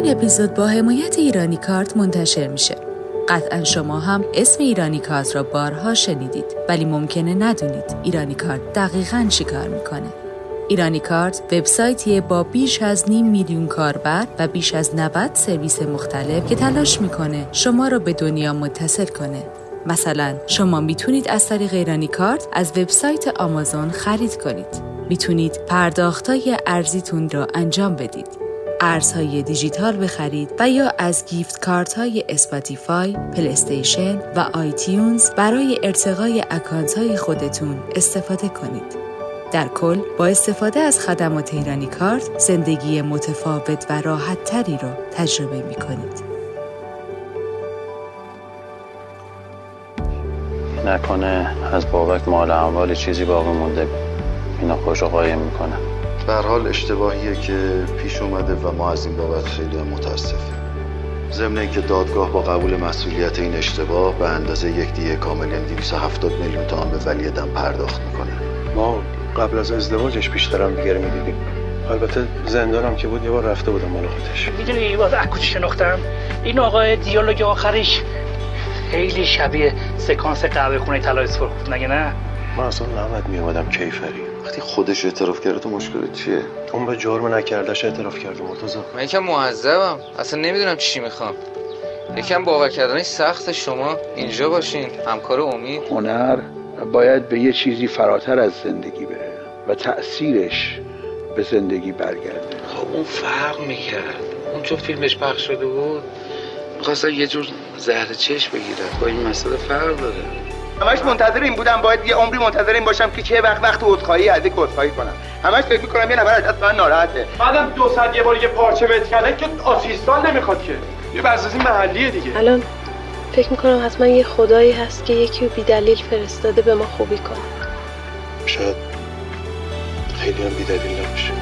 این اپیزود با حمایت ایرانی کارت منتشر میشه. قطعا شما هم اسم ایرانی کارت را بارها شنیدید، ولی ممکنه ندونید ایرانی کارت دقیقاً چی کار میکنه. ایرانی کارت وبسایتیه با بیش از 500,000 میلیون کاربر و بیش از 90 سرویس مختلف که تلاش میکنه شما رو به دنیا متصل کنه. مثلا شما میتونید از طریق ایرانی کارت از وبسایت آمازون خرید کنید. میتونید پرداختای ارزیتون را انجام بدید. ارزهای دیجیتال بخرید و یا از گیفت کارت های اسپاتیفای، پلی استیشن و آیتیونز برای ارتقای اکانت های خودتون استفاده کنید. در کل با استفاده از خدمات ایرانی کارت زندگی متفاوت و راحت تری رو تجربه می کنید. نکنه از بابک مال اموال چیزی باقی مونده، اینا خودشو قایم میکنه. به هر حال اشتباهیه که پیش اومده و ما از این بابت خیلی متاسفیم. ضمن اینکه دادگاه با قبول مسئولیت این اشتباه به اندازه یک دیه کامل 270 میلیون تومان به ولی دم پرداخت میکنه. ما قبل از ازدواجش بیشترم دیگه رو میدیدیم. البته زندانم که بود یه بار رفته بودم مال خودش. میدونی باز اکوچی شناختم این آقای دیالوگ آخرش خیلی شبیه سکانس قهوه خونه طلا اصفر بود، مگه نه؟ من اصلا نباید میومدم کیفری. وقتی خودش اعتراف کرده تو مشکلت چیه؟ اون به جرم نکردش اعتراف کرده مرتضی. من یکم معذبم، اصلا نمیدونم چی میخوام. یکم باور کردنش سخت. شما اینجا باشین همکار امید. هنر باید به یه چیزی فراتر از زندگی بره و تأثیرش به زندگی برگرده. خب اون فرق میکرد. اون چون فیلمش پخش شده بود می‌خواستن یه جور زهر چشم بگیرن. با این مسئله فرق داره. همش منتظر این بودم باید یه عمری منتظر این باشم که چه وقت عذرخواهی از یک عذرخواهی کنم. همش فکر می‌کنم یه نفر از دست من ناراحته. بعدم 2 ساعت یه بار یه پارچه مت کردن که آسیستان نمیخواد که. یه بساطی محلیه دیگه. الان فکر می‌کنم حتما یه خدایی هست که یکی رو بی‌دلیل فرستاده به ما خوبی کنه. شاید خیلی هم بی‌دلیل نباشه.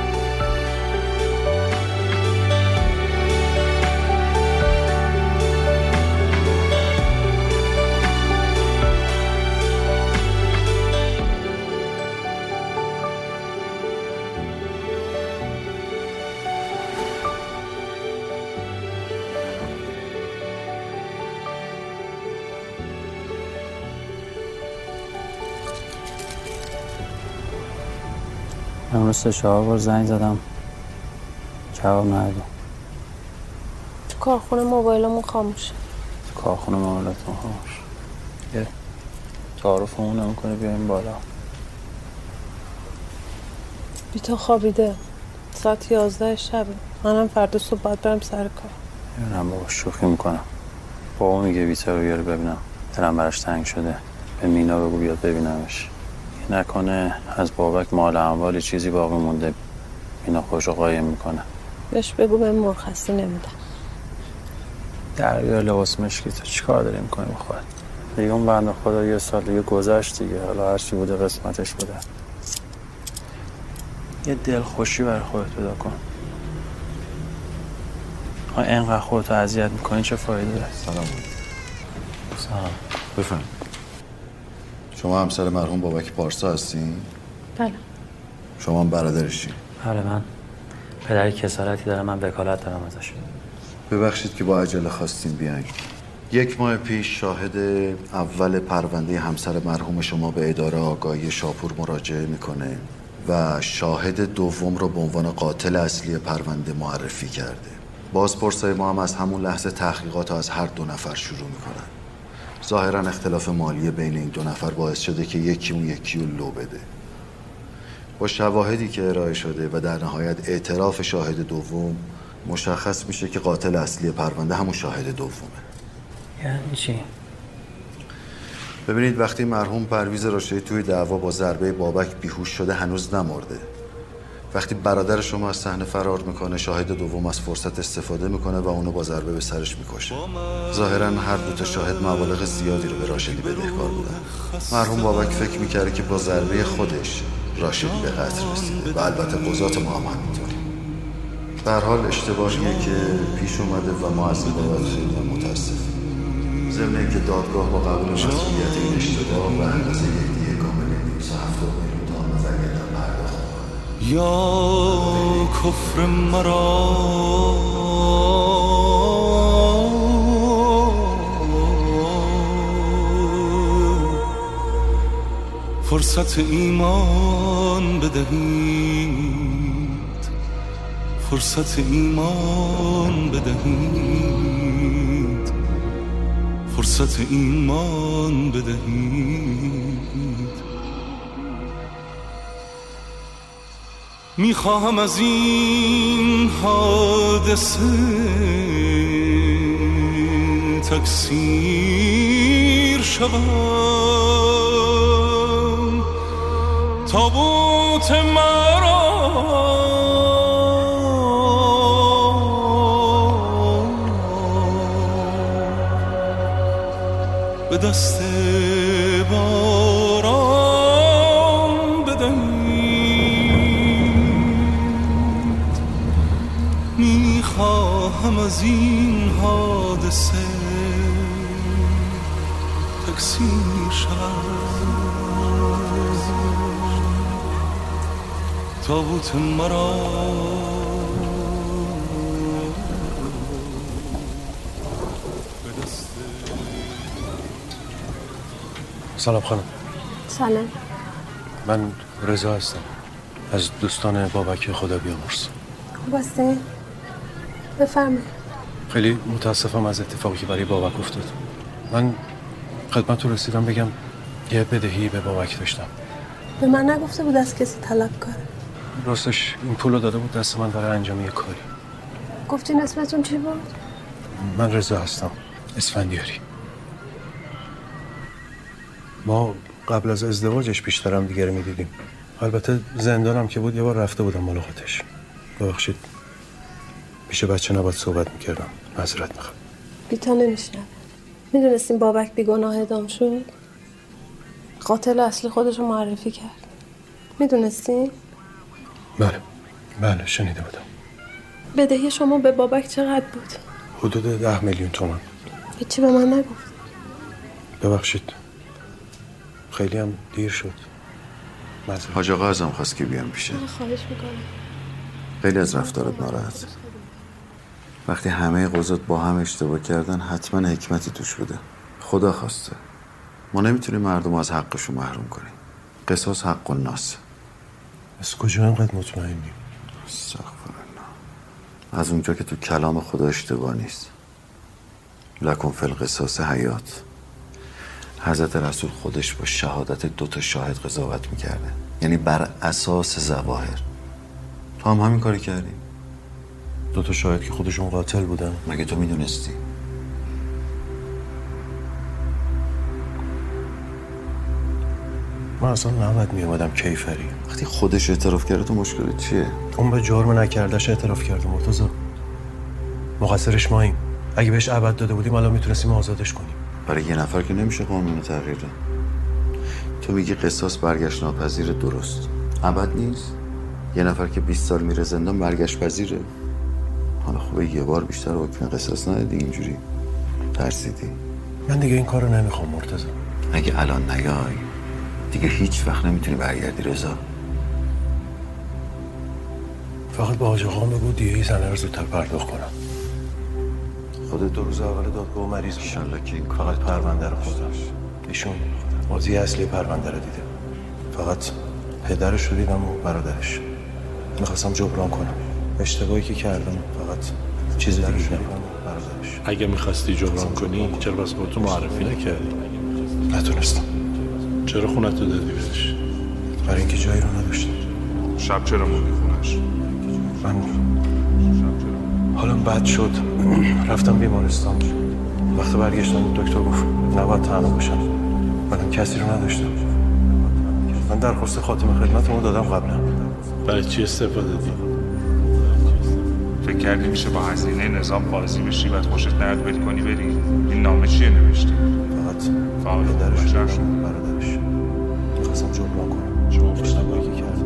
من 3-4 بار زنگ زدم جواب ندادم. تو کارخونه موبایلمون خاموشه. کارخونه موبایلتون خاموش. یه تعارفمون نمیکنه بیایم بالا. بی تو خوابیده. ساعت 11 شبه. منم فردا صبح باید برم سر کار. میدونم بابا شوخی میکنم. بابا میگه بیتا رو بیاره ببینم. دلم براش تنگ شده. به مینا بگو بیاد ببینمش. نکنه از بابک مال اموال چیزی باقی مونده، اینا خودشو قایم میکنه. بهش بگو به مرخصی نمیدم. در بیار لباس مشکی. تو چی کار داری میکنی با خودت؟ دیگه اون بنده خدا یه سال دیگه گذشت دیگه، حالا هرچی بوده قسمتش بوده. یه دل خوشی برای خودت پیدا کن. اینقدر خودتو اذیت میکنی چه فایده داره؟ سلام. بفهم. شما همسر مرحوم بابک پارسا هستین؟ بله. شما هم برادرشین؟ بله، من پدر کسالتی دارم، من وکالت دارم ازش. ببخشید که با عجله خواستیم بیاین. 1 ماه پیش شاهد اول پرونده همسر مرحوم شما به اداره آگاهی شاپور مراجعه میکنه و شاهد دوم رو به عنوان قاتل اصلی پرونده معرفی کرده. بازپرسای ما هم از همون لحظه تحقیقات از هر 2 نفر شروع میکنن. ظاهراً اختلاف مالی بین این 2 نفر باعث شده که یکی اون یکی رو لو بده. با شواهدی که ارائه شده و در نهایت اعتراف شاهد دوم مشخص میشه که قاتل اصلی پرونده همون شاهد دومه. یعنی چی؟ ببینید وقتی مرحوم پرویز راشدی توی دعوا با ضربه بابک بیهوش شده هنوز نمرده. وقتی برادر شما از صحنه فرار میکنه شاهد دوم از فرصت استفاده میکنه و اونو با ضربه به سرش میکشه. ظاهراً هر 2 تا شاهد مبالغ زیادی رو به راشدی بدهکار بودن. مرحوم بابک فکر میکرده که با ضربه خودش راشدی به قتل رسیده و البته قضات ما هم همینطوری. به هر حال اشتباهیه که پیش اومده و ما از این بابت خیلی متاسفیم. ضمن اینکه دادگاه با قبول مسئولیت این اشتباه به اندازه یک دیه کامل 270 میلیون تومان به ولی دم پرداخت. یا کفر مرا فرصت ایمان بدهید، فرصت ایمان بدهید، فرصت ایمان بدهید. میخواهم از این حادثه تکثیر شوم، تابوت مرا به دست باران بدهید. میخواهم از این حادثه تکثیر شوم، تابوت مرا سلام خانم. سلام. من رضا هستم از دوستان بابک خدا بیامرز. خوب هستی؟ بفرمایید. خیلی متاسفم از اتفاقی که برای بابک افتاد. من خدمت رو رسیدم بگم یه بدهی به بابک داشتم. به من نگفته بود از کسی طلب کنه؟ راستش این پولو داده بود دست من برای انجام یه کاری. گفتین اسمتون چی بود؟ من رضا هستم، اسفندیاری. ما قبل از ازدواجش بیشتر هم دیگه رو میدیدیم. البته زندانم که بود یه بار رفته بودم ملاقاتش. ببخشید پیش بچه نباید صحبت میکردم، معذرت میخوام. بیتا نمیشنوه. میدونستیم بابک بیگناه اعدام شد؟ قاتل اصلی خودشو معرفی کرد. میدونستیم؟ بله شنیده بودم. بدهی شما به بابک چقدر بود؟ حدود 10 میلیون تومان. هیچی به من نگفت. ببخشید خیلی هم دیر شد. حاج آقا ازم خواست که بیام پیشه. خواهش میکنم. خیلی از رفتارت ناراحت. وقتی همه قضات با هم اشتباه کردن حتما حکمتی توش بوده. خدا خواسته. ما نمیتونیم مردم از حقشون محروم کنیم. قصاص حق الناس. از کجا انقدر مطمئنی؟ استغفرالله. از اونجا که تو کلام خدا اشتباه نیست. لکن فی القصاص حیات. حضرت رسول خودش با شهادت 2 شاهد قضاوت میکرده، یعنی بر اساس ظواهر. تو هم همین کاری کردی. 2 شاهد که خودشون قاتل بودن. مگه تو میدونستی؟ من اصلا نباید میامدم کیفری. وقتی خودش اعتراف کرده تو مشکلت چیه؟ اون به جرم نکردش اعتراف کرده مرتضی. مقصرش ماییم. اگه بهش ابد داده بودیم الان میتونستیم آزادش کنیم. برای یه نفر که نمیشه قانون تغییر داد. تو میگی قصاص برگشت ناپذیر، درست. ابد نیست. یه نفر که 20 سال میره زندان برگشت پذیره. حالا خوبه یه بار بیشتر حکم قصاص ندادی اینجوری ترسیدی. من دیگه این کارو نمیخوام مرتضی. اگه الان نیای دیگه هیچ وقت نمیتونی برگردی رضا. فقط با حاج آقا بگو دیگه زنه رو زودتر پرداخت کنم. خودت 2 روز اول دادگاه مریض بود. انشالله که این فقط پرونده رو خودم. ایشون بازی اصلی پرونده رو دیده. فقط پدرش رو دیدم و برادرش. میخواستم جبران کنم. اشتباهی که کردم فقط چیز دیگه نکنم. برادرش. اگه میخواستی جبران کنی چرا بس خودتو معرفی نکردی؟ نتونستم. چرا خونتو دادی بهش؟ برای اینکه جایی رو نداشتم. شب چرا موندی خونش؟ من حالم بد شد. رفتم بیمارستان. وقتی برگشتم دکتر گفت نباید تنها باشم. منم کسی رو نداشتم. من درخواست خاتمه خدمتمو دادم قبلا. برای چی استفاده دادی؟ فکر کردی میشه با هزینه نظام قاضی بشی بعد خوشت نیاد بری کنی بری؟ این نامه چیه نوشتی؟ فقط پدرش برادرش. میخواستم جبران کنم. شما اشتباهی که کردم.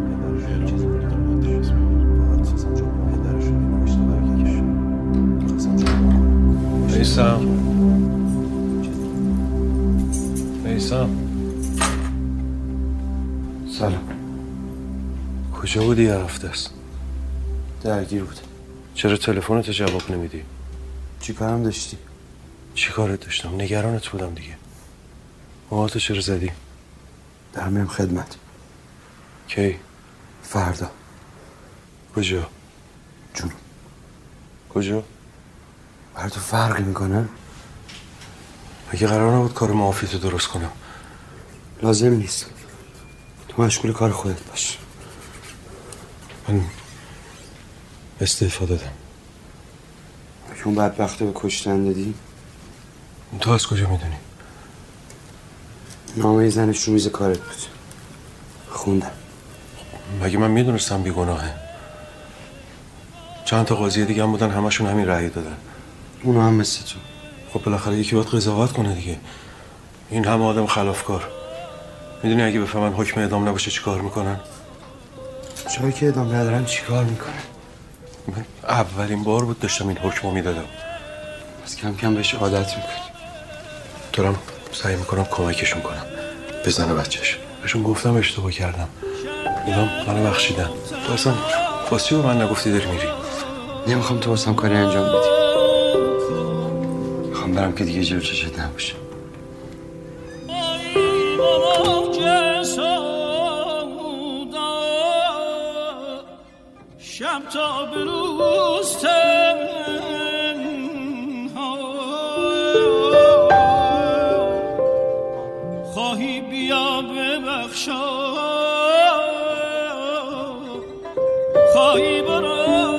میسم سلام. کجا بودی یه هفته است؟ درگیر بود. چرا تلفنتو جواب نمیدی؟ چی کارم داشتی؟ چی کارت داشتم؟ نگرانت بودم دیگه. موهاتو چرا زدی؟ دارم میرم خدمت. کی؟ فردا. کجا؟ جون. کجا؟ برای تو فرقی میکنه؟ مگه قرار نبود کار معافی تو درست کنم؟ لازم نیست. تو مشغول کار خودت باش. من استعفا دادم. اون بدبخت رو به کشتن دادی؟ تو از کجا میدونی؟ نامه زنش رو میز کارت بود. خوندم. مگه من میدونستم بیگناهه؟ چند تا قاضی دیگه هم بودن، همشون همین رأی دادن. اونو هم مثل تو. خب بالاخره یکی باید قضاوت کنه دیگه. این همه آدم خلافکار. میدونی اگه بفهمن حکم اعدام نباشه چی کار میکنن؟ جایی که اعدام ندارن چی کار میکنن؟ من اولین بار بود داشتم این حکم رو میدادم. از کم کم بهش عادت میکنی. دارم سعی میکنم کمکشون کنم به زن و بچهش. بهشون گفتم اشتباه کردم، اینا منو بخشیدن. تو اصلا فاسی به من نگفتی داری میری. نمیخوام تو واسم کاری انجام بدی. میخوام برم که دیگه جلو چشت نباشه. شب تا بروز تنها خواهی بیا ببخشا خواهی برو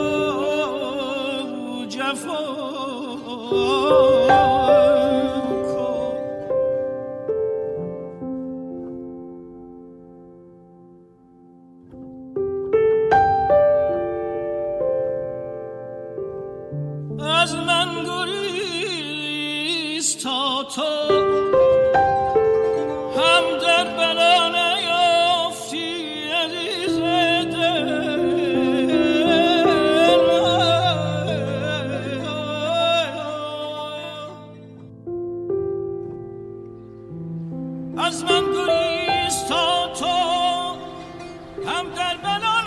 جفا از من گریز تا تو هم در بلا نیافتی عزیز دل از من گریز تا تو هم در بلا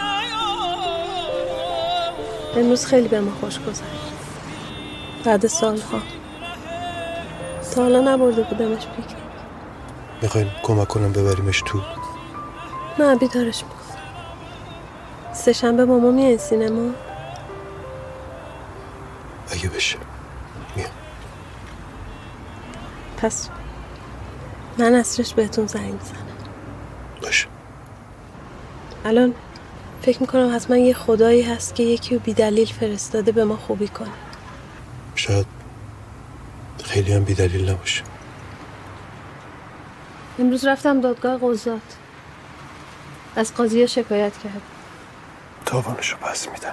نیافتی. امروز خیلی به ما خوش گذشت. بعد سالها تا حالا نبرده بودمش پیکنیک. میخواین کمک کنم ببریمش تو؟ نه بیدارش میکنم. سه‌شنبه با ما میای سینما؟ اگه بشه میام. پس من عصرش بهتون زنگ میزنم. باشه. الان فکر میکنم حتما یه خدایی هست که یکی رو بی دلیل فرستاده به ما خوبی کنه. شاید خیلی هم بی دلیل نباشه. امروز رفتم دادگاه قضات. از قاضی شکایت کرد. تاوانشو پس میدن.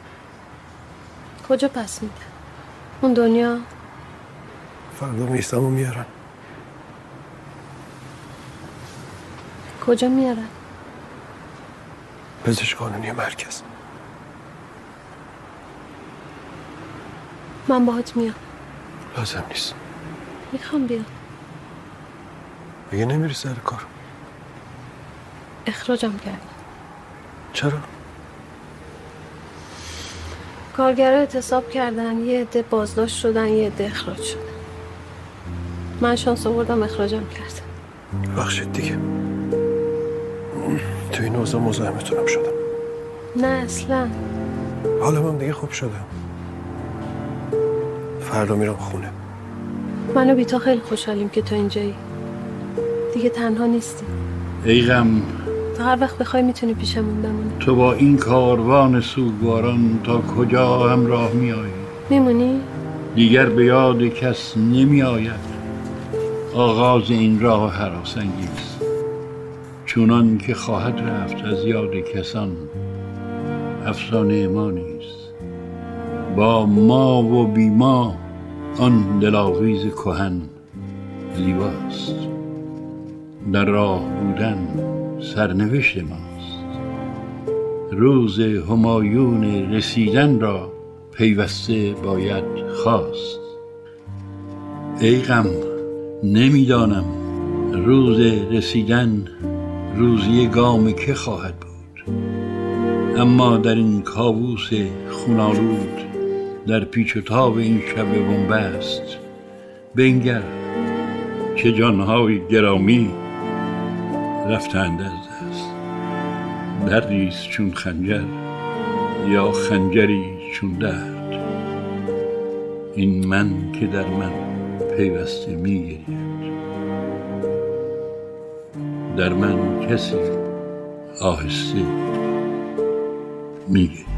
کجا پس میدن؟ اون دنیا؟ فردا میستمو میارن. کجا میارن؟ پزشک قانونی مرکز. من باهات میام. لازم نیست. میخوام بیام. میگه نمیری سر کار. اخراجم کردن. چرا؟ کارگرها اعتصاب کردن، یه عده بازداشت شدن، یه عده اخراج شدن. من شانس آوردم اخراجم کردن. بخشید دیگه. تو این اوضاع مزاحمتونم شدم. نه اصلا. حالا من دیگه خوب شدم. فردا میرم خونه. منو بی تا خیلی خوشحالیم که تو اینجایی. دیگه تنها نیستی. ای غم، تا هر وقت بخوای میتونی پیشمون بمونی. تو با این کاروان سوگواران تا کجا همراه میایی؟ میمونی؟ دیگر به یاد کس نمی آید آغاز این راه هراس‌انگیز. چونان که خواهد رفت از یاد کسان افسانه ما نیست. با ما و بی ما آن دلاویز کهن زیباست. در راه بودن سرنوشت ماست. روز همایون رسیدن را پیوسته باید خواست. ای غم، نمیدانم روز رسیدن روزی گام که خواهد بود. اما در این کابوس خونالود، در پیچ و تاب این شب بنبست، بنگر چه جانهای گرامی رفتند از دست. دردیست چون خنجر یا خنجری چون درد، این من که در من پیوسته میگرید، در من کسی آهسته میگرید.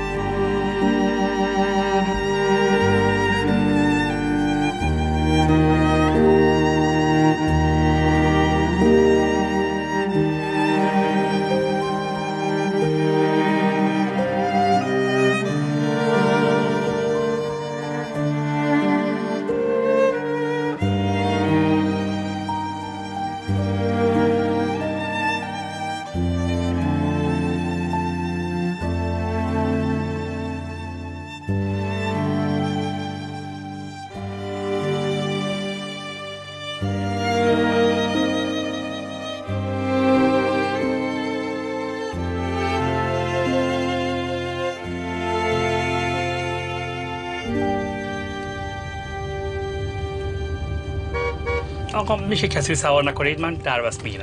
آقا میشه کسی سوار نکنید، من دربست میگیرم.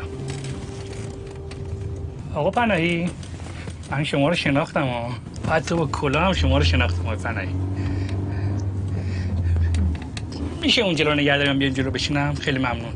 آقا پناهی، من شما رو شناختم حتی با کلاه هم شما رو شناختم. آقا پناهی میشه اون جلو نگه داریم بیان جلو بشینم؟ خیلی ممنون.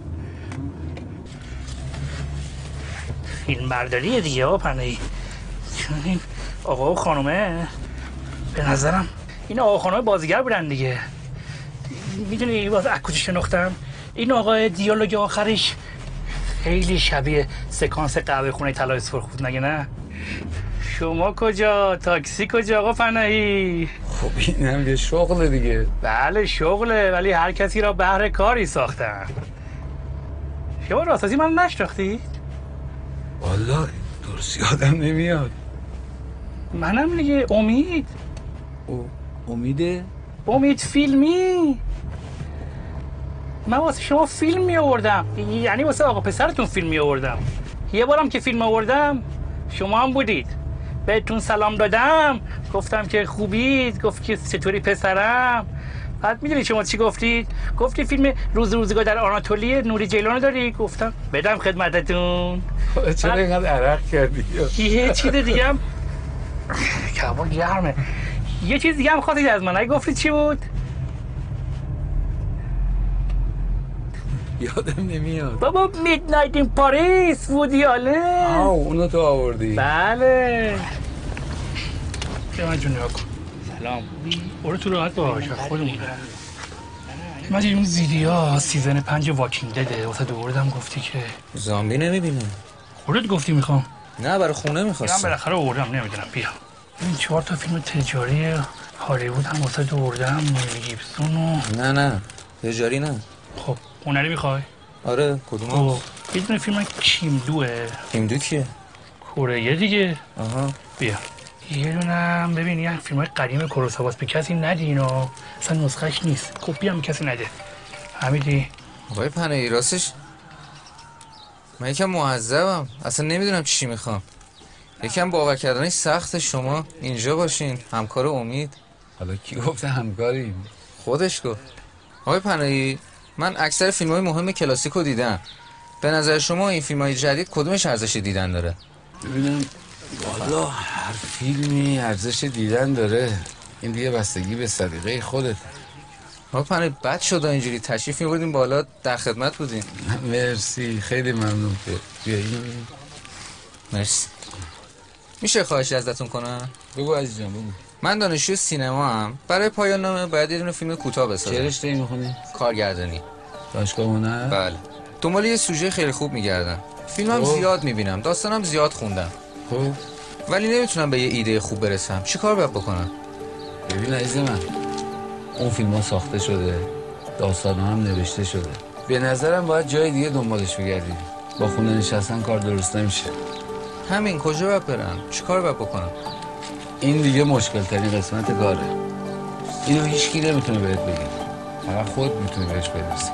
فیلم برداریه دیگه آقا پناهی، چون این آقا و خانومه به نظرم این آقا خانومه بازیگر بودن دیگه. میدونی باز اکوزی شناختم، این آقای دیالوگ آخرش خیلی شبیه سکانس قهوه خونه طلای سرخ بود، مگه نه؟ شما کجا؟ تاکسی کجا آقا پناهی؟ خب این هم یه شغله دیگه. بله شغله، ولی هر کسی را بهر کاری ساختن. شما راستازی من نشناختی؟ والله درست یادم نمیاد. منم دیگه. امید. امیده؟ امید فیلمی. من واسه شما فیلم می آوردم، یعنی واسه آقا پسرتون فیلم می آوردم. یه بارم که فیلم آوردم شما هم بودید، بهتون سلام دادم، گفتم که خوبید، گفت که چطوری پسرم. بعد میدونی شما چی گفتید؟ گفتی فیلم روز روزگار در آناتولی نوری جیلان داری؟ گفتم بدم خدمتتون. چرا اینقدر عرق کردی؟ یه چیز دیگه هم کباب گرمه، یه چیز دیگه هم خواستید از من، اگه گفتید چی بود؟ یادم نمیاد. بابا میدنایت این پاریس، وودی آلن. اونو تو آوردی؟ بله. که من جون کن. سلام. برو تو راحت باش، خودمون. من اون زیدیا سیزن 5 واکینگ دده واسه دوردم، گفتی که زامبی نمیبینه. خودت گفتی میخوام. نه برای خونه میخواستم. من بالاخره آوردم، نمیدونم بیا. این 4 تا فیلم تجاری هالیوود هم واسه دوردم، مل گیبسون و نه تجاری نه. خب هنری میخوای؟ آره کدوم؟ یه دونه فیلم کیمدوه. کیمدو کیه؟ کره دیگه. آها بیا. یه دونم ببین یه فیلمای قدیم کوروساواست، به کسی ندین و اصلا نسخهش نیست، کپی هم کسی نده. حمیدی آقای پناهی راستش من یکم معذبم، اصلا نمیدونم چی میخوام. یکم باور کردنش سخته شما اینجا باشین، همکار امید. حالا کی گفته همکاریم؟ خودش گفت. آقای پناهی من اکثر فیلم‌های مهم کلاسیکو دیدم، به نظر شما این فیلم‌های جدید کدومش ارزش دیدن داره؟ ببینم والا هر فیلمی ارزش دیدن داره، این دیگه بستگی به سلیقه خودت. آقا پناهی بد شد اینجوری تشریف می‌بردیم بالا، در خدمت بودیم. مرسی خیلی ممنون. بیا اینو مرسی. میشه خواهشی ازتون کنم؟ بگو عزیزم بگو. من دانشجوی سینما هم، برای پایان نامه باید یه دونه فیلم کوتاه بسازم. چه رشته‌ای می‌خونی؟ کارگردانی. دانشگاه هنر؟ بله. دنبال یه سوژه خیلی خوب می‌گردم. فیلمم زیاد می‌بینم، داستانم زیاد خوندم. خب ولی نمیتونم به یه ایده خوب برسم. چیکار باید بکنم؟ ببین عزیز من، اون فیلم‌ها ساخته شده، داستان‌ها هم نوشته شده. به نظرم باید جای دیگه دنبالش بگردی. با خونه نشستن کار درست نمیشه. همین کجا باید برم؟ چیکار باید بکنم؟ این دیگه مشکل ترین قسمت کاره. اینو هیچکی نمیتونه بهت بگه، فقط خود میتونی بهش برسی.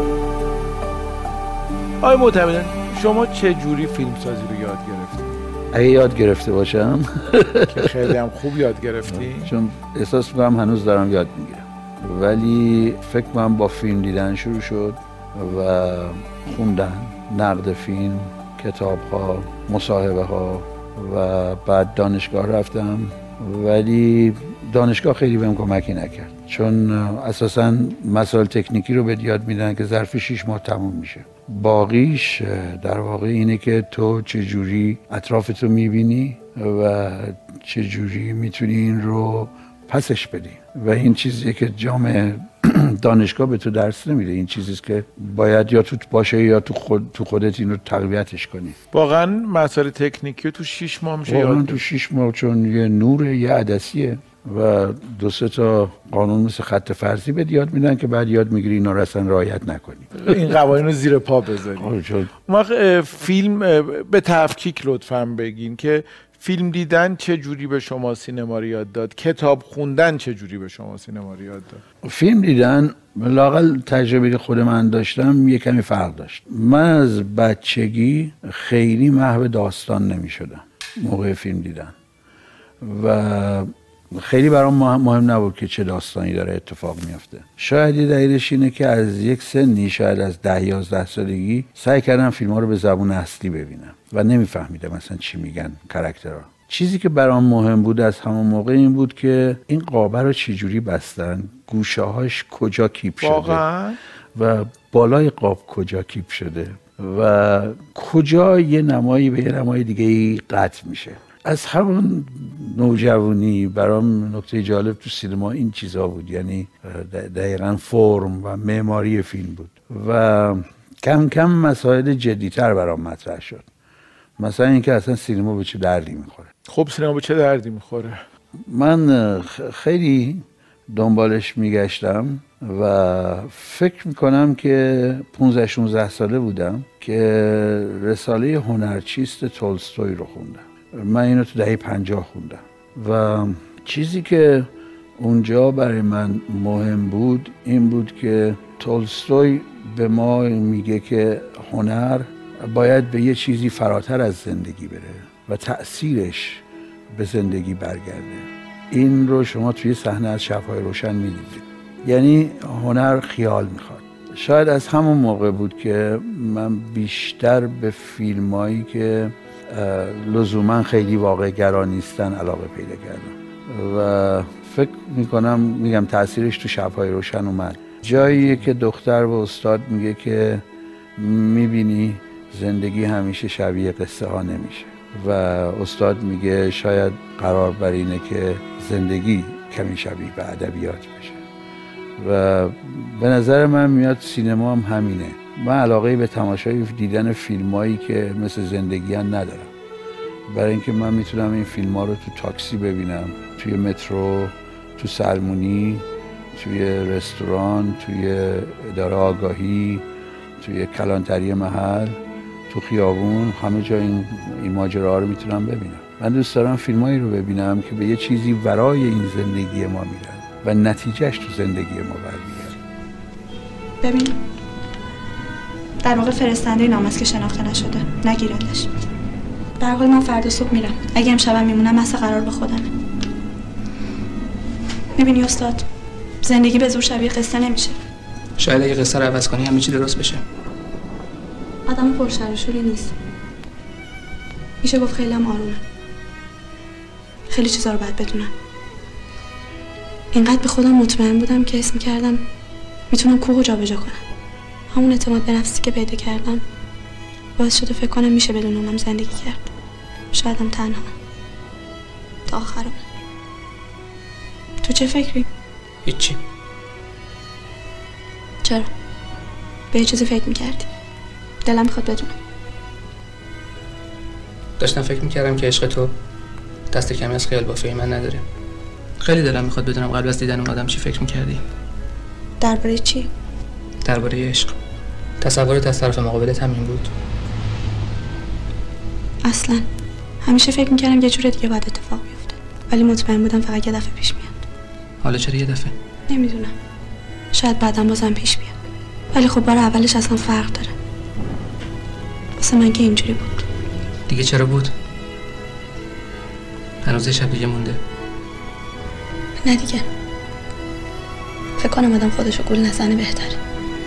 آقای معتمدن شما چه جوری فیلمسازی رو یاد گرفتید؟ اگه یاد گرفته باشم که خیلی هم خوب یاد گرفتی، چون احساس می‌کنم هنوز دارم یاد میگیرم، ولی فکر کنم با فیلم دیدن شروع شد و خوندن، نقد فیلم، کتاب‌ها، مصاحبه‌ها و بعد دانشگاه رفتم، ولی دانشگاه خیلی بهم کمکی نکرد، چون اساساً مسائل تکنیکی رو به یاد میدن که ظرف 6 ماه تموم میشه. باقیش در واقع اینه که تو چجوری اطرافتو میبینی و چجوری میتونی این رو پسش بدی و این چیزیه که جامعه دانشگاه به تو درس نمیده. این چیزیست که باید یا توت باشه یا تو خودت این رو تقویتش کنی. واقعا مسائل تکنیکی تو 6 ماه میشه واقعا یاد تو 6 ماه، چون یه نوره، یه عدسیه و 2-3 تا قانون مثل خط فرضی بهت یاد میدن که بعد یاد میگیری اینا رو اصلا رعایت نکنی، این قوانین رو زیر پا بذاری. ما فیلم به تفکیک لطفاً بگین که فیلم دیدن چه جوری به شما سینما رو یاد داد، کتاب خوندن چه جوری به شما سینما رو یاد داد؟ فیلم دیدن لااقل تجربه که خود من داشتم یه کمی فرق داشت. من از بچگی خیلی محو داستان نمی شدم موقع فیلم دیدن و خیلی برام مهم نبود که چه داستانی داره اتفاق میفته. شاید یه دلیلش اینه که از یک سنی، شاید از 10-11 سالگی سعی کردم فیلم ها رو به زبون اصلی ببینم و نمیفهمیدم مثلا چی میگن کاراکترها. چیزی که برام مهم بود از همون موقع این بود که این قابه رو چجوری بستن، گوشه هاش کجا کیپ شده و بالای قاب کجا کیپ شده و کجا یه نمایی به یه نمای دیگه قطع میشه. از همون نوجوانی برام نکته جالب تو سینما این چیزا بود، یعنی دقیقاً فرم و معماری فیلم بود و کم کم مسائل جدی‌تر برام مطرح شد. مثلا اینکه اصلا سینما به چه دردی میخوره. خب سینما به چه دردی میخوره؟ من خیلی دنبالش میگشتم و فکر میکنم که 15-16 ساله بودم که رساله هنرچیست تولستوی رو خوندم. من اینو تو دهه 50 خوندم و چیزی که اونجا برای من مهم بود این بود که تولستوی به ما میگه که هنر باید به یه چیزی فراتر از زندگی بره و تأثیرش به زندگی برگرده. این رو شما توی صحنه از شب‌های روشن میدیدید. یعنی هنر خیال میخواد. شاید از همون موقع بود که من بیشتر به فیلمایی که لزوما خیلی واقع گرا نیستن علاقه پیدا کردم و فکر میکنم میگم تأثیرش تو شب‌های روشن اومد. جاییه که دختر به استاد میگه که میبینی زندگی همیشه شبیه قصه ها نمیشه و استاد میگه شاید قرار بر اینه که زندگی کمی شبیه به ادبیات بشه و به نظر من میاد سینما هم همینه. من علاقه به تماشای دیدن فیلمایی که مثل زندگی هم ندارم، برای اینکه من میتونم این فیلم ها رو تو تاکسی ببینم، توی مترو، تو سلمونی، توی رستوران، توی اداره آگاهی، توی کلانتری محل، تو خیابون، همه جا این ماجراها رو میتونم ببینم. من دوست دارم فیلمایی رو ببینم که به یه چیزی ورای این زندگی ما میرن و نتیجهش تو زندگی ما برمیگرده. ببین در واقع فرستنده نام است که شناخته نشده، نگیرندش. در حال من فردا صبح میرم. اگه امشبم میمونم مثل قرار به خودمه. میبینی استاد، زندگی به زور شبیه قصه نمیشه. شاید اگه قصه رو عوض کنی همه چی درست بشه. آدم پرشر و شوری نیست. میشه گفت خیلی هم آرومه. خیلی چیزا رو باید بدونم. اینقدر به خودم مطمئن بودم که اسم کردم میتونم کوه رو جابجا کنم. همون اعتماد به نفسی که پیدا کردم باعث شده فکر کنم میشه بدون اونم زندگی کرد. شاید هم تنها تا آخرم. تو چه فکری؟ هیچی. چرا؟ به یه چیزی فکر میکردی؟ دلم میخواد بدونم. داشتم فکر میکردم که عشق تو دست کمی از خیال بافی من نداره. خیلی دلم میخواد بدونم قبل از دیدن اون آدم چی فکر میکردی؟ درباره چی؟ درباره عشق. تصورت از طرف مقابلت همین بود؟ اصلا همیشه فکر میکردم یه جور دیگه باید اتفاق بیفته، ولی مطمئن بودم فقط یه دفعه پیش میاد. حالا چرا یه دفعه؟ نمیدونم، شاید بعداً بازم پیش بیاد، ولی خب بار اولش اصلا فرق داره. واسه من که اینجوری بود. دیگه چرا بود؟ هنوز یه شب دیگه مونده. نه دیگه، فکر کنم آدم خودشو گول نزنه بهتره.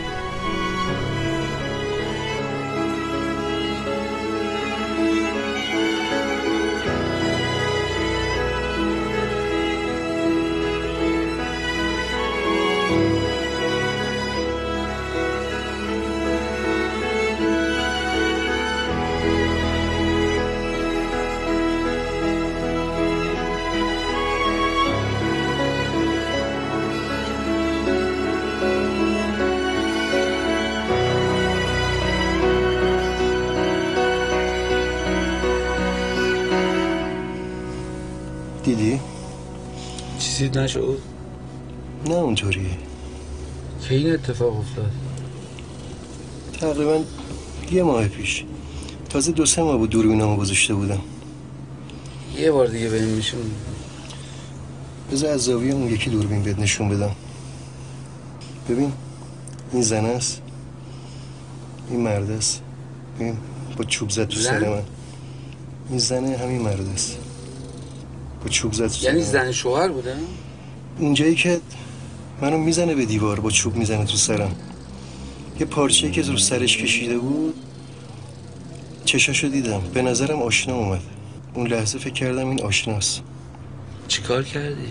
دیدی؟ چیزی نشد؟ نه اونطوریه. که این اتفاق افتاد؟ تقریبا 1 ماه پیش. تازه 2-3 ماه بود دوربینامو گذاشته بودم. یه بار دیگه بهم میشون. بذار از زاویه اون یکی دوربین بهت نشون بدم. ببین این زن است، این مرد است. ببین با چوب زد تو سر من. این زنه، همین مرد است با چوب زد تو سر من. یعنی زن شوهر بوده؟ اینجایی که منو میزنه به دیوار، با چوب میزنه تو سرم. یه پارچه‌ای که رو سرش کشیده بود چشاشو دیدم، به نظرم آشنا اومد. اون لحظه فکر کردم این آشناست. چی کار کردی؟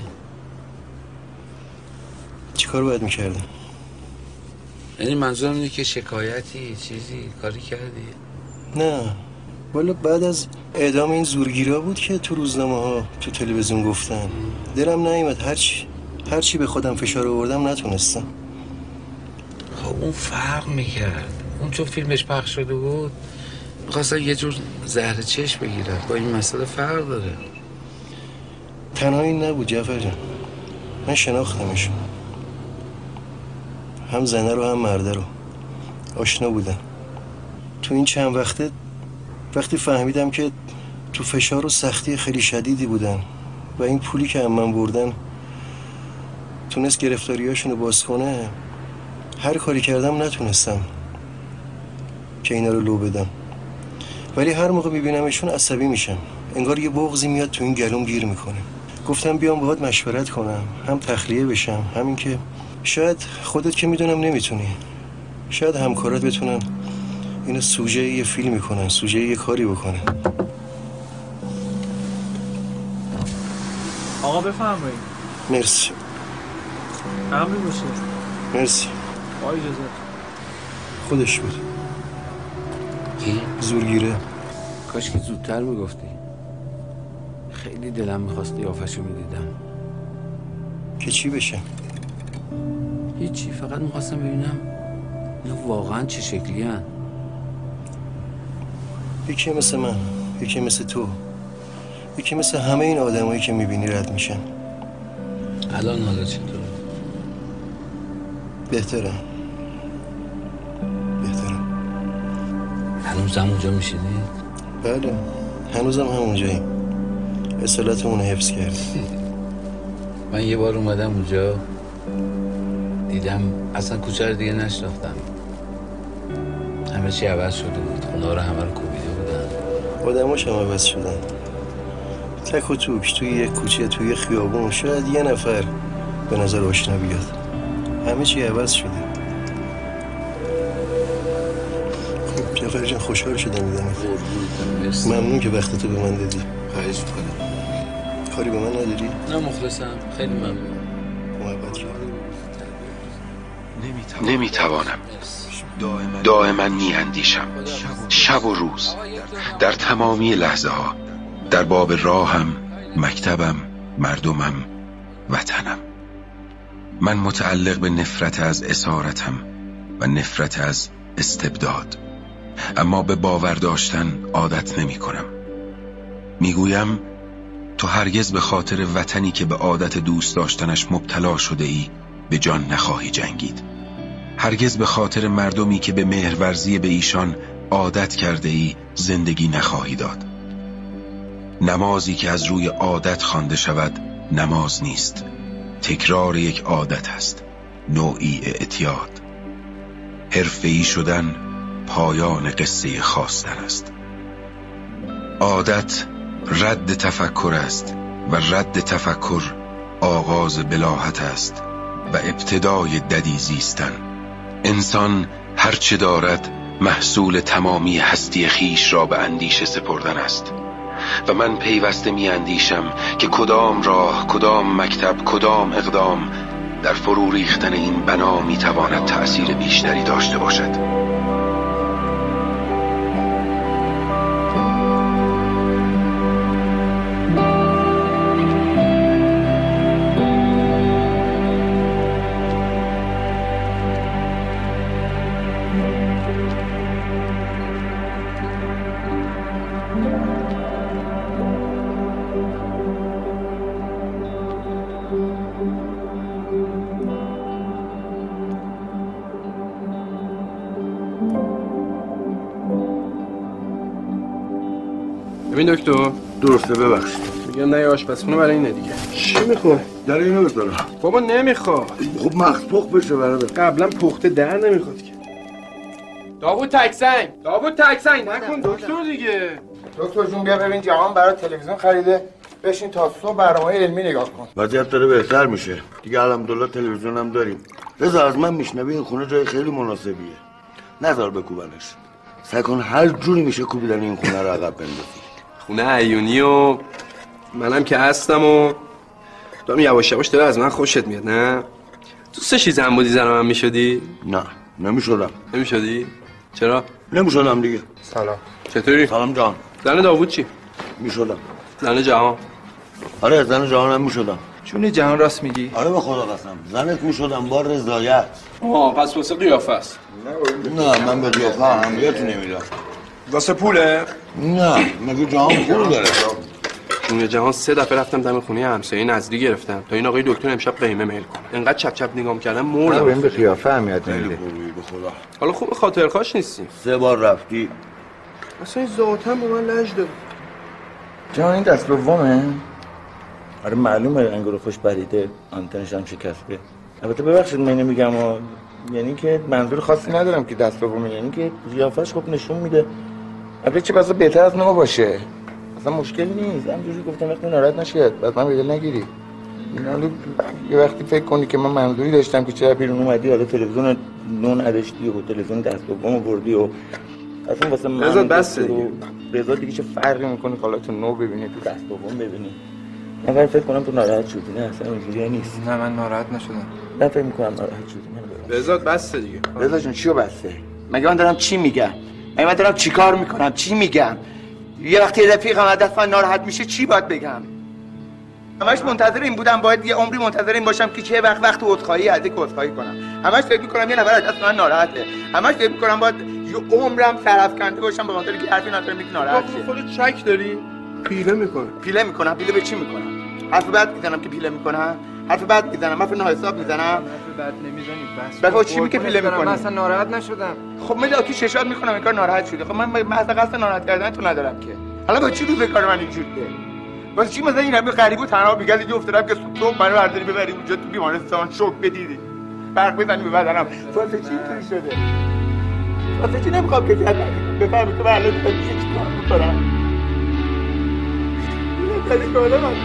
چی کار باید میکردم؟ یعنی منظورم اینه که شکایتی چیزی کاری کردی؟ نه والا بعد از اعدام این زورگیرا بود که تو روزنامه ها تو تلویزیون گفتن. دلم نیامد، هرچی به خودم فشار آوردم نتونستم. خب اون فرق میکرد. اون چون فیلمش پخش شده بود میخواستن یه جور زهر چشم بگیرن. با این مسئله فرق داره. تنها این نبود جعفر جان، من شناختمشون، هم زنه رو هم مرده رو آشنا بودن. تو این چند وقته وقتی فهمیدم که تو فشار و سختی خیلی شدیدی بودن و این پولی که من بردن تونست گرفتاریاشونو باز کنه، هر کاری کردم نتونستم که اینا رو لو بدم. ولی هر موقع میبینمشون عصبی میشم، انگار یه بغضی میاد تو این گلوم گیر میکنه. گفتم بیام باهات مشورت کنم، هم تخلیه بشم، همین که شاید خودت که میدونم نمیتونی، شاید همکارات بتونن اینو سوژه یه فیلمی کنن، سوژه یه کاری بکنن. آقا بفرمایید. مرسی. امری باشه. مرسی. با اجازه. خودش بود. کی؟ زورگیره. کاش که زودتر میگفتی. خیلی دلم میخواست قیافشو میدیدم. که چی بشه؟ هیچی، فقط میخواستم ببینم اینا واقعا چه شکلی هن. یکی مثل من، یکی مثل تو، یکی مثل همه این آدمایی که میبینی رد میشن. الان حالا چطوره؟ بهتره. هنوز همونجا میشیدی؟ بله، هنوزم همونجاییم. اصالتمون رو حفظ کردیم. من یه بار اومدم اونجا دیدم اصلا کوچه رو دیگه نشناختم. همه چی عوض شده بود، خونه رو همه رو کوبیده بودن. آدماش هم عوض شدن. تک و توک توی یک کوچه، توی یک خیابون شاید یه نفر به نظر آشنا بیاد. همه چی عوض شده. خب جعفر جان خوشحال شدم میدمت. ممنون که وقتتو به من دادی. خواهش میکنم. کاری به من نداری؟ نه مخلصم، خیلی ممنون. محبت کردم. نمیتوانم دائما میاندیشم، شب و روز، در تمامی لحظه ها، در باب راهم، مکتبم، مردمم، وطنم. من متعلق به نفرت از اسارتم و نفرت از استبداد، اما به باور داشتن عادت نمی کنم. میگویم تو هرگز به خاطر وطنی که به عادت دوست داشتنش مبتلا شده ای به جان نخواهی جنگید. هرگز به خاطر مردمی که به مهرورزی به ایشان عادت کرده ای زندگی نخواهی داد. نمازی که از روی عادت خوانده شود نماز نیست، تکرار یک عادت است، نوعی اعتیاد. حرفه‌ای شدن پایان قصه خواستن است. عادت رد تفکر است و رد تفکر آغاز بلاهت است و ابتدای ددی زیستن. انسان هرچه دارد محصول تمامی هستی خیش را به اندیشه سپردن است و من پیوسته می اندیشم که کدام راه، کدام مکتب، کدام اقدام در فرو ریختن این بنا می تواند تأثیر بیشتری داشته باشد. ببین دکتر، درسته ببخشید. میگم نه آشپزخونه برای اینه دیگه. چی میخوای؟ در اینو بذارم. بابا نمیخواد. خب مغز پخت بشه برادر. قبلا پخته در نمیخواد که. داوود تکسنگ نکن دکتر دیگه. دکتر جون بیا ببین جهان برای تلویزیون خریده. بشین تا صبح برنامه‌های علمی نگاه کن. وضعیت داره بهتر میشه. دیگه الحمدلله تلویزیون هم داریم. رضا از من میشنوی این خونه جای خیلی مناسبیه. نذار بکوبنش. سعی کن هر جوری میشه کوبیدن این خونه رو عقب بندازی. خونه عیونی و منم که هستم و تو یواش یواش داره از من خوشت میاد نه؟ دوستشی زن بودی زن من میشدی؟ نه نمیشدم. نمیشدی؟ چرا؟ نمیشدم دیگه. سلام. چطوری؟ سلام جان. زن داوود چی؟ میشدم. زن جهان؟ آره زن جهان هم میشدم. چونی جهان راست میگی؟ آره به خدا قسم زنت میشدم با رضایت. پس واسه قیافه است. نه من به قیافه اهمیت نمیدم. واسه پوله؟ نه مگه جهان پول داره؟ جون جهان 3 دفعه رفتم دم خونه همسایه نظری گرفتم تا این آقای دکتر امشب قیمه میل کنه. انقدر چپ چپ نگام کردم مردم. این به قیافه اهمیت نمیده. به خدا. حالا خوب خاطر خواش نیستی. 3 بار رفتی. اصلا این ذاتاً با من لج داره. جان این دست دومه؟ آره معلومه انگور خوش بریده، آنتنش هم شکسته. البته ببخشید من نمیگم یعنی که منظور خاصی ندارم که دست دومه، یعنی که قیافش خوب نشون میده. البته چه بسا بهتر از ما باشه. اصلا مشکلی نیست. همونجوری گفتم وقتی ناراحت نشید، بعد من به دل نگیری. اینا یه وقتی فکر کنی که من منظوری داشتم که چرا بیرون اومدی حالا تلویزیون نون نداشتی و تلویزیون دست دوم بردی و اصلا واسه من رضا بس دیگه. رضا دیگه چه فرقی میکنه که حالا تو نو ببینی تو دست دوم ببینی. من فکر کنم تو ناراحت شدی. نه اصلا اینجوری نیست. نه من ناراحت نشدم. من فکر میکنم ناراحت شدی. رضا بس دیگه. رضا جون چیو بسته؟ مگه من دارم چی میگم؟ مگه من دارم چیکار میکنم؟ چی میگم؟ یه وقتی رفیقم از دست من ناراحت میشه چی باید بگم؟ همش منتظر این بودم باید یه عمری منتظر این باشم که چه وقت عذرخواهی از یک عذرخواهی کنم. همش فکر میکنم یه نفر از دست من ناراحته. همش فکر میکنم باید یه عمرم سرافکنده باشم به خاطر اینکه حرفی ندارم یک ناراحت شه. خودت شک داری؟ پیله میکنه. پیله میکنم. پیله به چی میکنم؟ حرف بد میزنم که پیله میکنم؟ حرف بد میزنم؟ حرف ناحساب میزنم؟ حرف بد نمیزنی. بس چی میگه پیله میکنی؟ من اصلا ناراحت نشدم. خب من تو ششات میکنم این کار ناراحت شدی. خب من محض قصد ناراحت کردن تو ندارم که. حالا با چی روز کار من اینجوریه؟ واسه چی مثلا این همه غریبو تنها میگه دیگه افتادم که صبح منو برداری ببری اونجا تو بیمارستان شوک بدیدی. برق بزنی به بدنم. واسه چی اینطوری شده؟ واسه چی نمیخوام که بفهمی که من الان چی کار میکنم؟ خیلی کالا من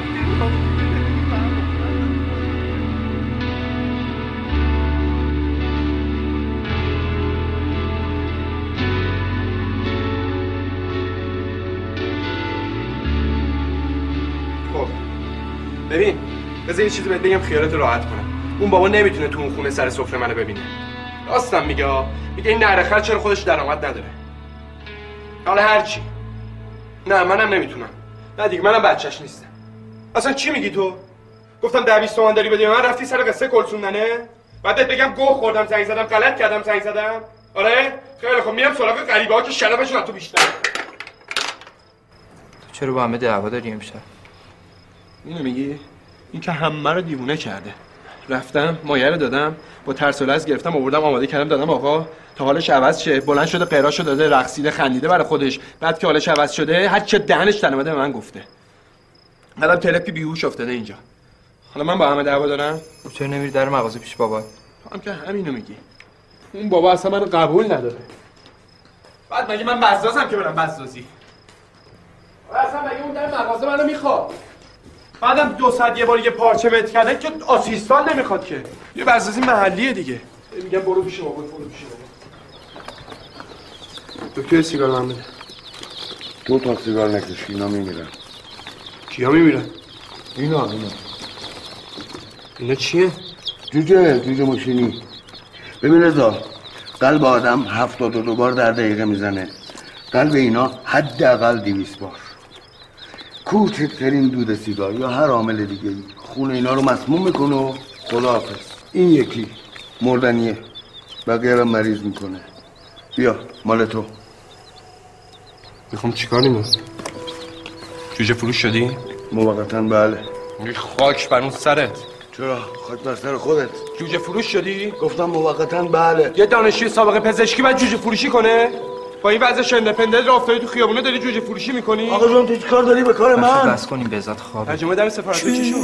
ببین بذار یه چیزی بهت بگم خیالتو راحت کنم. اون بابا نمیتونه تو اون خونه سر سفره منو ببینه. راستم میگه این نرخر چرا خودش درآمد نداره. حالا هرچی. نه منم نمیتونم. نه دیگه منم بچهش نیستم. اصلا چی میگی تو؟ گفتم 10-20 تومن داری بدی من رفتی سر قصه کلسوندنه؟ بعدت بگم گوه خوردم زنگ زدم غلط کردم زنگ زدم؟ آره؟ خیلی خب میرم سراغ غریبه‌ها که شلبشون از تو بیشتره. تو چرا با همه دعوا داری امشب؟ اینو میگی؟ این که همه رو دیوونه کرده. رفتم مایه رو دادم با ترس و لرز گرفتم آوردم آماده کردم دادم آقا تا حالش عوض شه. بلند شده قراشو داده رقصیده خندیده برای خودش. بعد که حالش عوض شده هر چه دهنش در اومده به من گفته. بعدم تلپی بیهوش افتاده اینجا. حالا من با همه دعوا دارم؟ چرا نمیری در مغازه پیش بابات؟ تو هم که همینو میگی. اون بابا اصلا منو قبول نداره. بعد مگه من بزازم که برم بزازی؟ اصلا مگه اون در مغازه منو میخواد؟ بعدم 2 ساعت یه بار یه پارچه متر کردن که آسیستان نمیخواد که. یه بزازی محلیه دیگه. میگم برو پیش بابا، برو پیش بابا. دکتر سیگار من بده. 2 تا سیگار نکش، اینا میمیرن. کیا میمیرن؟ اینا چیه؟ جوجه ماشینی. ببین رضا، قلب آدم 72 بار در دقیقه میزنه. قلب اینا حداقل 200 بار. کوچکترین دود سیگار یا هر عامل دیگه خون اینا رو مسموم میکنه و خداحافظ. این یکی مردنیه، بقیه رو مریض میکنه. بیا مال تو. میخوام چیکار اینو؟ جوجه فروش شدی؟ موقتا بله. خاک بر اون سرت. چرا؟ خاک بر سر خودت. جوجه فروش شدی؟ گفتم موقتا بله. یه دانشجوی سابقه پزشکی باید جوجه فروشی کنه؟ با این وضع شندپنده رافتاری تو خیابونه داری جوجه فروشی میکنی؟ آقا جون تو چیکار داری به کار من؟ بس کنیم به ذات خوابه. ترجمه در سفارت چی شد؟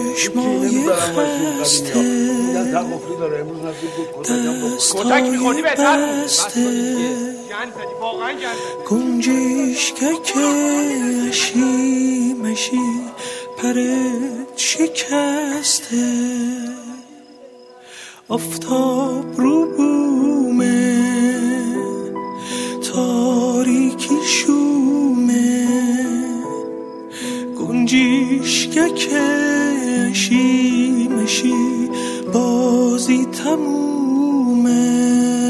کتک میخوردی بهتر بود. واقعا گنجشکک مشی پرت شکسته، آفتاب رو بومه تاریکی شومه، گنجشکک مشی بازی تمومه.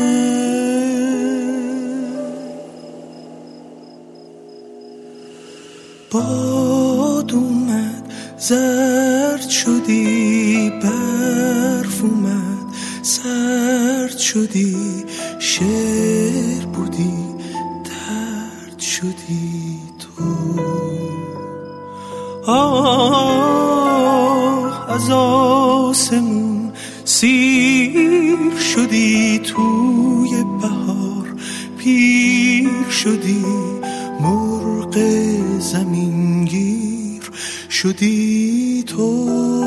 باد اومد زرد شدی، برف اومد سرد شدی، شعر بودی درد شدی تو. آه از آسمون سیر شدی، توی بهار پیر شدی، مرغ زمینگیر شدی تو.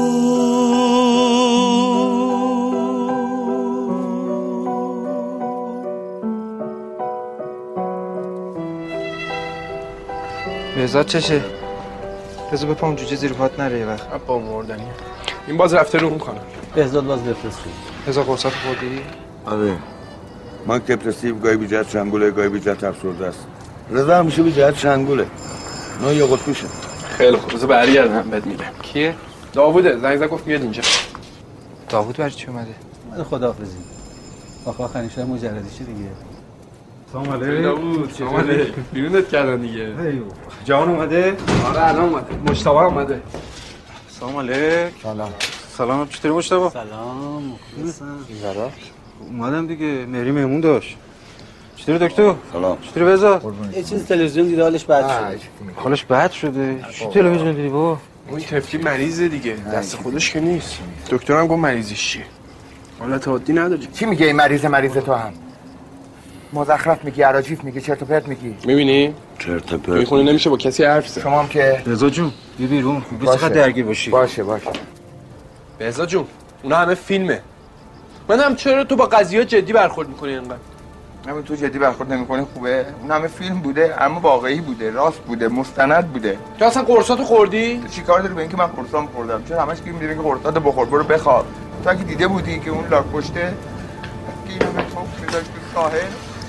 بهزاد چشه؟ بذار بپام جوجه زیر پات نره یه وقت. با مردنی این باز رفته رو اون کنم. بهزاد باز بفرست شد. بهزاد قرصات خوردی؟ آره من دپرسیو گاهی بی جهت چنگوله، گاهی بی جهت افسرده است. رضا همیشه بی جهت چنگوله. نه یه قطبیشه. خیلی خوب، روزو برگردم بهت میگم. کیه؟ داووده. زنگ زد گفت میاد اینجا. داوود برای چی اومده؟ خداحافظی. آخرین شب مجردیشه دیگه. سلام علیکم. داوود. سلام علیکم. بیرونت کردن دیگه. جان اومده؟ آره الان اومده. مجتبی اومده. سلام علیکم. سلام. سلام چطوری مجتبی؟ سلام. مخلصم. زرا. اومدم دیگه. مهری مهمون داشت. چطوری دکتر؟ سلام. چطوری بهزاد؟ یه چیز تلویزیون دیده حالش بد شده. حالش بد شده؟ چی تلویزیون دیدی بابا؟ اون تفلی مریضه دیگه. دست خودش که نیست. دکترم گفت مریضش چیه؟ حالت عادی نداری. چی میگه این مریض تو هم؟ مزخرف میگی، اراجیف میگی، چرت و پرت میگی. میبینی؟ چرت و پرت. میخونه نمیشه با کسی حرف زد. شما هم که بهزاد جون بیا بیرون. بیا چقدر درگیر باشی. باشه. بهزاد جون اونا همه فیلمه. من هم چرا تو با قضیه جدی برخورد میکنی اینقدر؟ همین تو جدی برخورد نمیکنی خوبه. اون همه فیلم بوده، اما واقعی بوده، راست بوده، مستند بوده. تو اصلا قرصاتو خوردی؟ تو چیکار داری به اینکه من قرصام خوردم؟ چرا همش که میگی که قرصات بخور برو بخواب. تو اگه دیده بودی که اون لاک پشته که اینو به تو میذاشت تو ساحل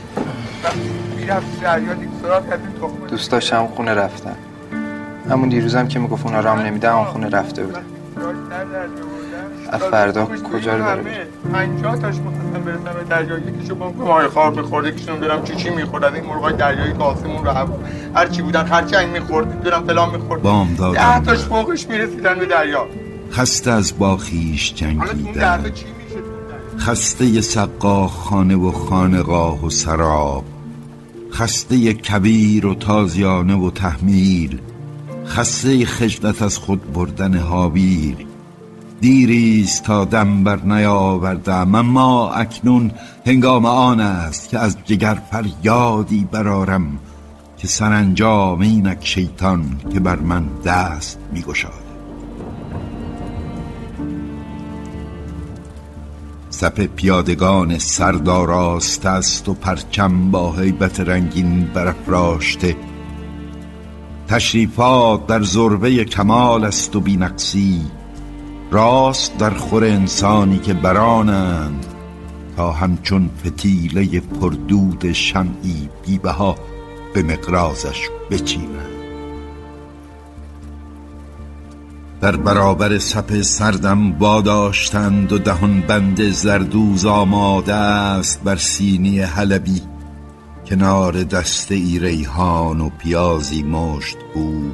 میرفت دریا دیگه سرعت کردیم تخم. دوست داشتم خونه رفتم. همون دیروزم که میگفت اونا رام نمیده اون خونه رفته بود. فردا کجا رو داره بره؟ 50 تاش می‌خواستم برسم به دریا، یکیشو با ماهی خار می‌خورد، یکیشو برم چی می‌خورد. از این مرغای دریایی که آسمون رو هر چی بودن، هر چی می‌خورد، برم فلان می‌خورد. 10 تاش فوقش می‌رسیدن به دریا. خسته از با خویش جنگیدن، خسته سقا خانه و خانقاه و سراب، خسته کبیر و تازیانه و تحمیل، خسته خجلت از خود بردن هابیل. دیریست تا دم بر نیاوردم، اما اکنون هنگام آن است که از جگر فریادی برارم که سرانجام اینک شیطان که بر من دست می گشاد. صف پیادگان سرداراست است و پرچم با هیبت رنگین برافراشته. تشریفات در ضربه کمال است و بی‌نقصی، راست در خور انسانی که برانند تا همچون فتیله پردود شمعی بی‌بها به مقرازش بچینند. در برابر صف سردم واداشتند و دهان بند زردوز آماده است بر سینی حلبی، کنار دسته ای ریحان و پیازی مشت بود.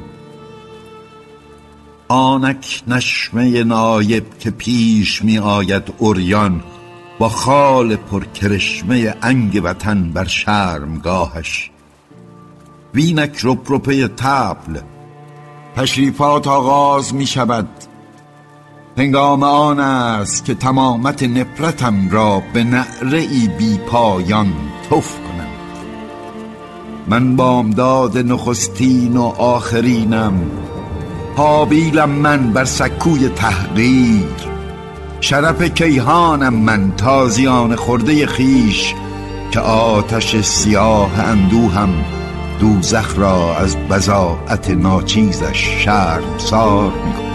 آنک نشمه نایب که پیش می آید عریان، با خال پرکرشمه انگ وطن بر شرمگاهش. وینک رپرپه طبل، تشریفات آغاز می شود. هنگام آن است که تمامت نفرتم را به نعره‌ای بی پایان تف کنم. من بامداد نخستین و آخرینم، حابیلم من بر سکوی تحقیر. شرف کیهانم من تازیان خورده خیش، که آتش سیاه اندوهم دوزخ را از بضاعت ناچیزش شرمسار می‌کند.